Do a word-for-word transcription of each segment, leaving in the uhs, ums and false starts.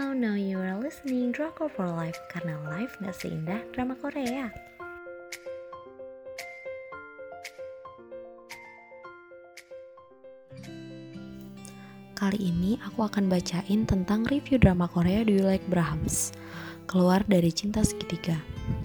Now, now you are listening Drakor for Life karena life gak seindah drama Korea. Kali ini aku akan bacain tentang review drama Korea Do You Like Brahms, keluar dari Cinta Segitiga.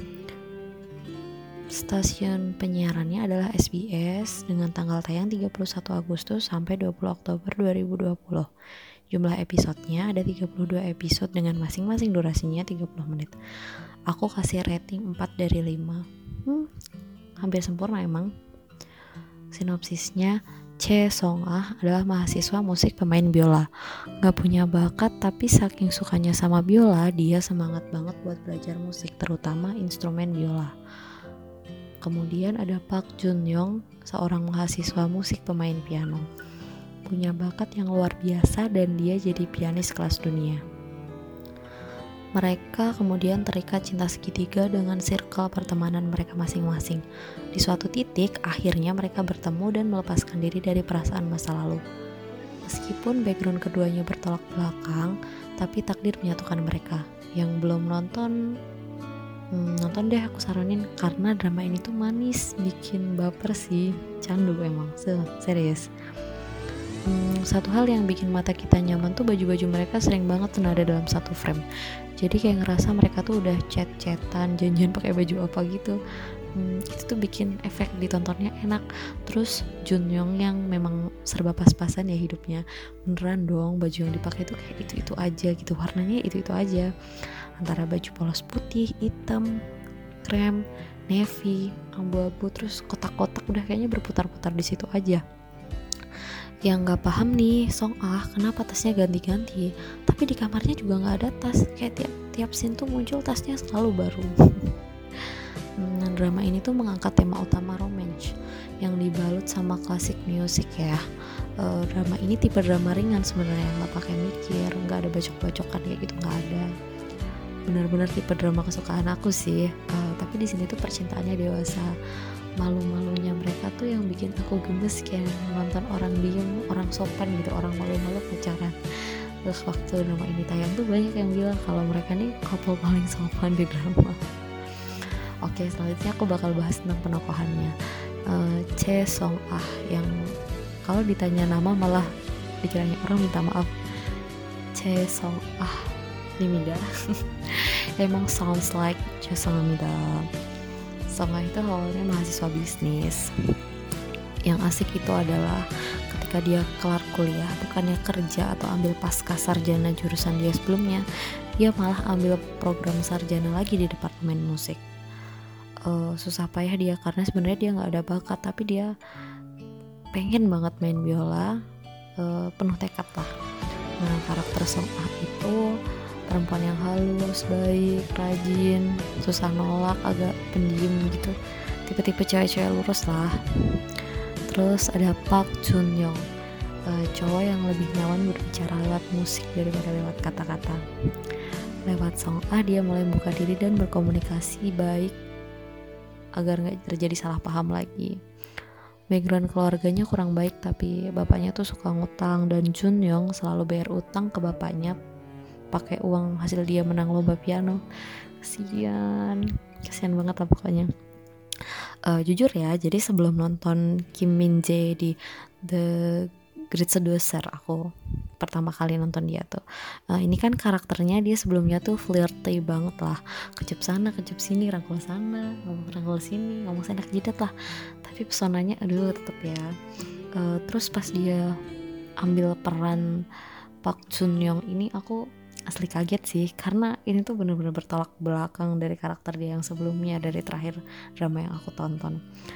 Stasiun penyiarannya adalah S B S dengan tanggal tayang tiga puluh satu Agustus sampai dua puluh Oktober dua ribu dua puluh. Jumlah episodenya ada tiga puluh dua episode dengan masing-masing durasinya tiga puluh menit. Aku kasih rating empat dari lima. Hmm, hampir sempurna emang. Sinopsisnya, Chae Song-ah adalah mahasiswa musik pemain biola. Gak punya bakat tapi saking sukanya sama biola, dia semangat banget buat belajar musik, terutama instrumen biola. Kemudian ada Park Jun Young, seorang mahasiswa musik pemain piano. Punya bakat yang luar biasa dan dia jadi pianis kelas dunia. Mereka kemudian terikat cinta segitiga dengan circle pertemanan mereka masing-masing. Di suatu titik, akhirnya mereka bertemu dan melepaskan diri dari perasaan masa lalu. Meskipun background keduanya bertolak belakang, tapi takdir menyatukan mereka. Yang belum nonton, hmm, nonton deh aku saranin, karena drama ini tuh manis, bikin baper sih, candu emang, so, serius. Hmm, satu hal yang bikin mata kita nyaman tuh baju-baju mereka sering banget tuh ada dalam satu frame. Jadi kayak ngerasa mereka tuh udah chat-chatan, janjian pakai baju apa gitu. Hmm, itu tuh bikin efek ditontonnya enak. Terus Jun Young yang memang serba pas-pasan ya hidupnya, beneran dong baju yang dipakai tuh kayak itu-itu aja gitu, warnanya itu-itu aja. Antara baju polos putih, hitam, krem, navy, abu-abu, terus kotak-kotak udah kayaknya berputar-putar di situ aja. Yang gak paham nih, Song-ah kenapa tasnya ganti-ganti, tapi di kamarnya juga gak ada tas, kayak tiap tiap scene tuh muncul tasnya selalu baru. hmm, drama ini tuh mengangkat tema utama romance yang dibalut sama klasik musik ya. Uh, drama ini tipe drama ringan sebenarnya, nggak pakai mikir, nggak ada bacok-bacokan kayak gitu, nggak ada. Benar-benar tipe drama kesukaan aku sih. Uh, tapi di sini tuh percintaannya dewasa. Malu-malunya mereka tuh yang bikin aku gemes, kayak nonton orang diem, orang sopan gitu, orang malu-malu pacaran. Terus waktu drama ini tayang tuh banyak yang bilang kalau mereka nih couple paling sopan di drama. Oke, selanjutnya aku bakal bahas tentang penokohannya. uh, Chae Song-ah yang kalau ditanya nama malah dikiranya orang minta maaf. Chae Song-ah Limida. Emang sounds like Chae Song-ah. Song-ah itu awalnya mahasiswa bisnis. Yang asik itu adalah ketika dia kelar kuliah, bukannya kerja atau ambil pasca sarjana jurusan dia sebelumnya, dia malah ambil program sarjana lagi di departemen musik. Uh, susah payah dia karena sebenarnya dia nggak ada bakat, tapi dia pengen banget main biola, uh, penuh tekad lah. Nah, karakter Song-ah itu perempuan yang halus, baik, rajin, susah nolak, agak pendiam gitu, tipe-tipe cewek-cewek lurus lah. Terus ada Park Jun Young, uh, cowok yang lebih nyaman berbicara lewat musik daripada lewat kata-kata. Lewat Song-ah dia mulai buka diri dan berkomunikasi baik agar gak terjadi salah paham lagi. Background keluarganya kurang baik, tapi bapaknya tuh suka ngutang dan Jun Young selalu bayar utang ke bapaknya pakai uang hasil dia menang lomba piano. Kasian, kasian banget lah pokoknya. Uh, jujur ya, jadi sebelum nonton Kim Min Jae di The Great Seducer, aku pertama kali nonton dia tuh. Uh, ini kan karakternya dia sebelumnya tuh flirty banget lah, kecup sana, kecup sini, rangkul sana, ngomong rangkul sini, ngomong sana jidat lah. Tapi pesonanya, aduh tetep ya. Uh, terus pas dia ambil peran Park Jun Young ini, aku asli kaget sih, karena ini tuh bener-bener bertolak belakang dari karakter dia yang sebelumnya, dari terakhir drama yang aku tonton.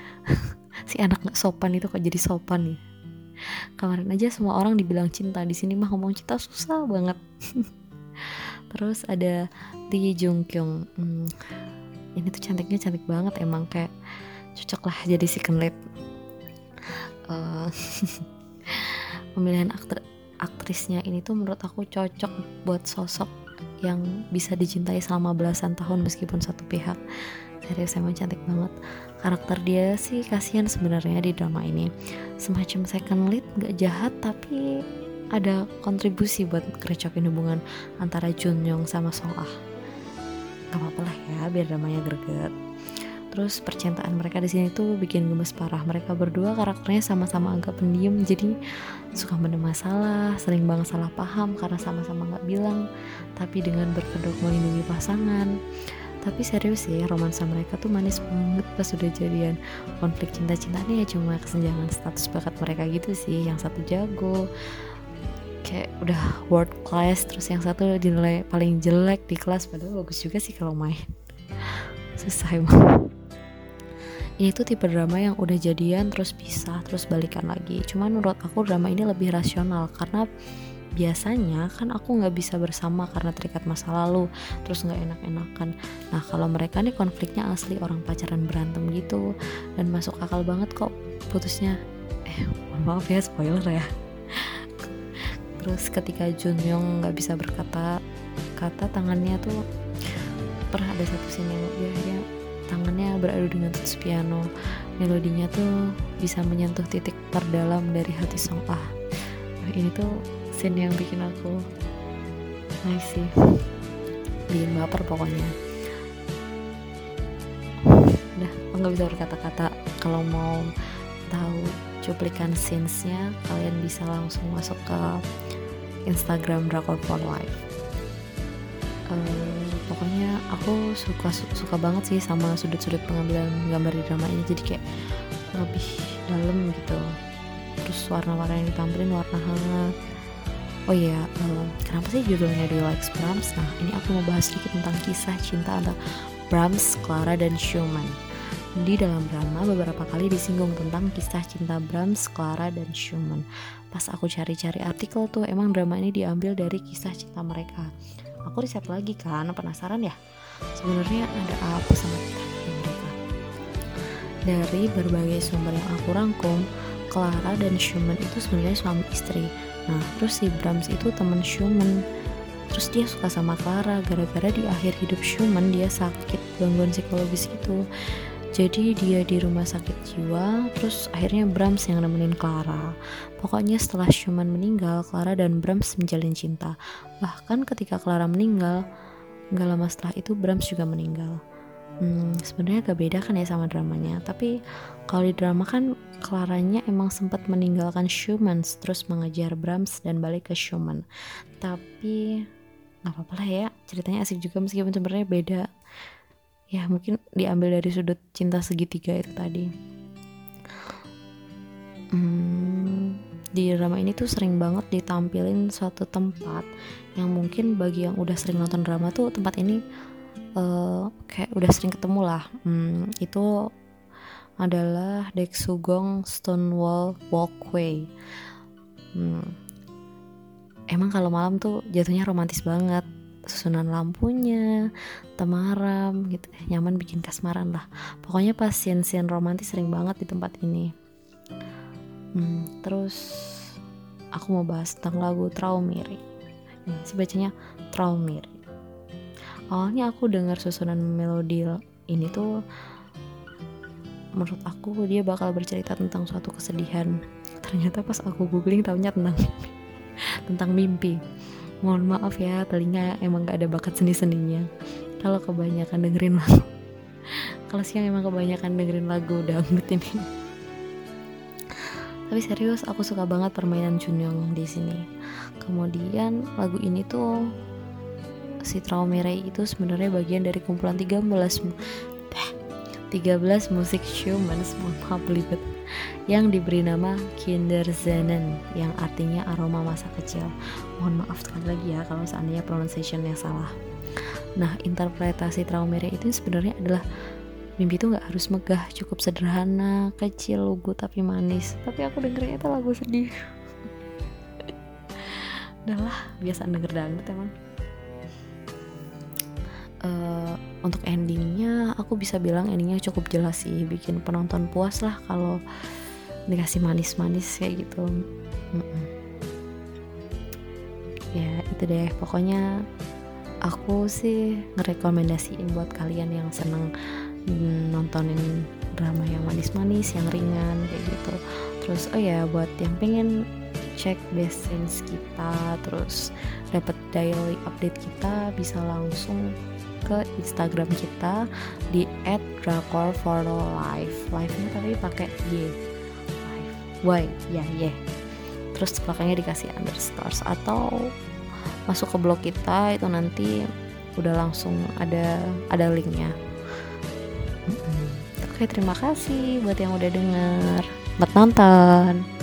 Si anak gak sopan itu kok jadi sopan nih. Kemarin aja semua orang dibilang cinta, di sini mah ngomong cinta susah banget. Terus ada Lee Jung Kyung, hmm, ini tuh cantiknya cantik banget emang, kayak cocok lah jadi second lead. Uh, pemilihan aktor aktrisnya ini tuh menurut aku cocok buat sosok yang bisa dicintai selama belasan tahun meskipun satu pihak. Serius emang cantik banget. Karakter dia sih kasihan sebenarnya di drama ini, semacam second lead, gak jahat tapi ada kontribusi buat ngerecokin hubungan antara Junyoung sama Song Ah. Gak apa-apa lah ya, biar dramanya greget. Terus percintaan mereka di sini tuh bikin gemes parah. Mereka berdua karakternya sama-sama agak pendiam, jadi suka mendem masalah, sering banget salah paham karena sama-sama nggak bilang, tapi dengan berkedok melindungi pasangan. Tapi serius sih, romansa mereka tuh manis banget pas udah jadian. Konflik cinta-cintanya ya cuma kesenjangan status bakat mereka gitu sih. Yang satu jago, kayak udah world class, terus yang satu dinilai paling jelek di kelas, padahal bagus juga sih kalau main. Susah emang. Ini tuh tipe drama yang udah jadian terus pisah terus balikan lagi. Cuman menurut aku drama ini lebih rasional karena biasanya kan aku nggak bisa bersama karena terikat masa lalu, terus nggak enak-enakan. Nah kalau mereka nih konfliknya asli orang pacaran berantem gitu, dan masuk akal banget kok putusnya. Eh maaf ya spoiler ya. Terus ketika Junyoung nggak bisa berkata kata, tangannya tuh pernah ada satu scene yang dia, dia tangannya beradu dengan tuts piano. Melodinya tuh bisa menyentuh titik terdalam dari hati Song Ah. Nah, ini tuh scene yang bikin aku nice sih, bikin baper pokoknya. Udah, aku nggak bisa berkata-kata. Kalau mau tahu cuplikan scenes-nya, kalian bisa langsung masuk ke Instagram Drakor for Life. Uh, pokoknya aku suka suka banget sih sama sudut-sudut pengambilan gambar di drama ini, jadi kayak lebih dalam gitu. Terus warna-warna yang ditampilin warna hangat. Oh iya, uh, kenapa sih judulnya Do You Like Brahms? Nah ini aku mau bahas sedikit tentang kisah cinta antara Brahms, Clara, dan Schumann. Di dalam drama beberapa kali disinggung tentang kisah cinta Brahms, Clara, dan Schumann. Pas aku cari-cari artikel tuh, emang drama ini diambil dari kisah cinta mereka. Aku riset lagi kan, penasaran ya sebenarnya ada apa sama kisah mereka. Dari berbagai sumber yang aku rangkum, Clara dan Schumann itu sebenarnya suami istri. Nah terus si Brahms itu teman Schumann. Terus dia suka sama Clara gara-gara di akhir hidup Schumann dia sakit gangguan psikologis gitu. Jadi dia di rumah sakit jiwa, terus akhirnya Brahms yang nemenin Clara. Pokoknya setelah Schumann meninggal, Clara dan Brahms menjalin cinta. Bahkan ketika Clara meninggal, gak lama setelah itu Brahms juga meninggal. Hmm, sebenarnya agak beda kan ya sama dramanya. Tapi kalau di drama kan Claranya emang sempat meninggalkan Schumann, terus mengejar Brahms dan balik ke Schumann. Tapi gak apa-apa lah ya, ceritanya asik juga meskipun sebenarnya beda. Ya mungkin diambil dari sudut cinta segitiga itu tadi. hmm, Di drama ini tuh sering banget ditampilin suatu tempat yang mungkin bagi yang udah sering nonton drama tuh tempat ini uh, kayak udah sering ketemu lah. hmm, Itu adalah Deksugong Stonewall Walkway. hmm, Emang kalau malam tuh jatuhnya romantis banget. Susunan lampunya, temaram gitu, nyaman bikin kasmaran lah. Pokoknya pas scene-scene romantis sering banget di tempat ini. hmm, Terus aku mau bahas tentang lagu Traumiri. Ini sih bacanya Traumiri. Awalnya aku dengar susunan melodi ini tuh, menurut aku dia bakal bercerita tentang suatu kesedihan. Ternyata pas aku googling tahunya tentang tentang mimpi. Mohon maaf ya, telinga emang gak ada bakat seni-seninya. Kalau kebanyakan dengerin lagu Kalau siang emang kebanyakan dengerin lagu dangdut ini. Tapi serius, aku suka banget permainan Junyoung di sini. Kemudian lagu ini tuh, si Traumere itu sebenarnya bagian dari kumpulan tiga belas tiga belas musik Schumann, mohon maaf belibet, yang diberi nama Kinderscenen, yang artinya aroma masa kecil. Mohon maaf sekali lagi ya kalau seandainya pronunciation-nya salah. Nah, interpretasi Traumere itu sebenarnya adalah mimpi itu gak harus megah, cukup sederhana, kecil, lugu, tapi manis. Tapi aku dengernya itu lagu sedih. Udah lah, biasa denger dangdut emang. Uh, untuk endingnya aku bisa bilang endingnya cukup jelas sih, bikin penonton puas lah kalau dikasih manis-manis kayak gitu. Mm-mm. Ya itu deh, pokoknya aku sih ngerekomendasiin buat kalian yang seneng nontonin drama yang manis-manis, yang ringan kayak gitu. Terus oh ya, buat yang pengen cek best friends kita, terus dapat daily update kita, bisa langsung ke Instagram kita di et drakor for life. Life-nya tapi pakai Y. Life. Y, ya, Y. Terus belakangnya dikasih underscore, atau masuk ke blog kita, itu nanti udah langsung ada ada linknya. Oke, terima kasih buat yang udah denger. Selamat nonton.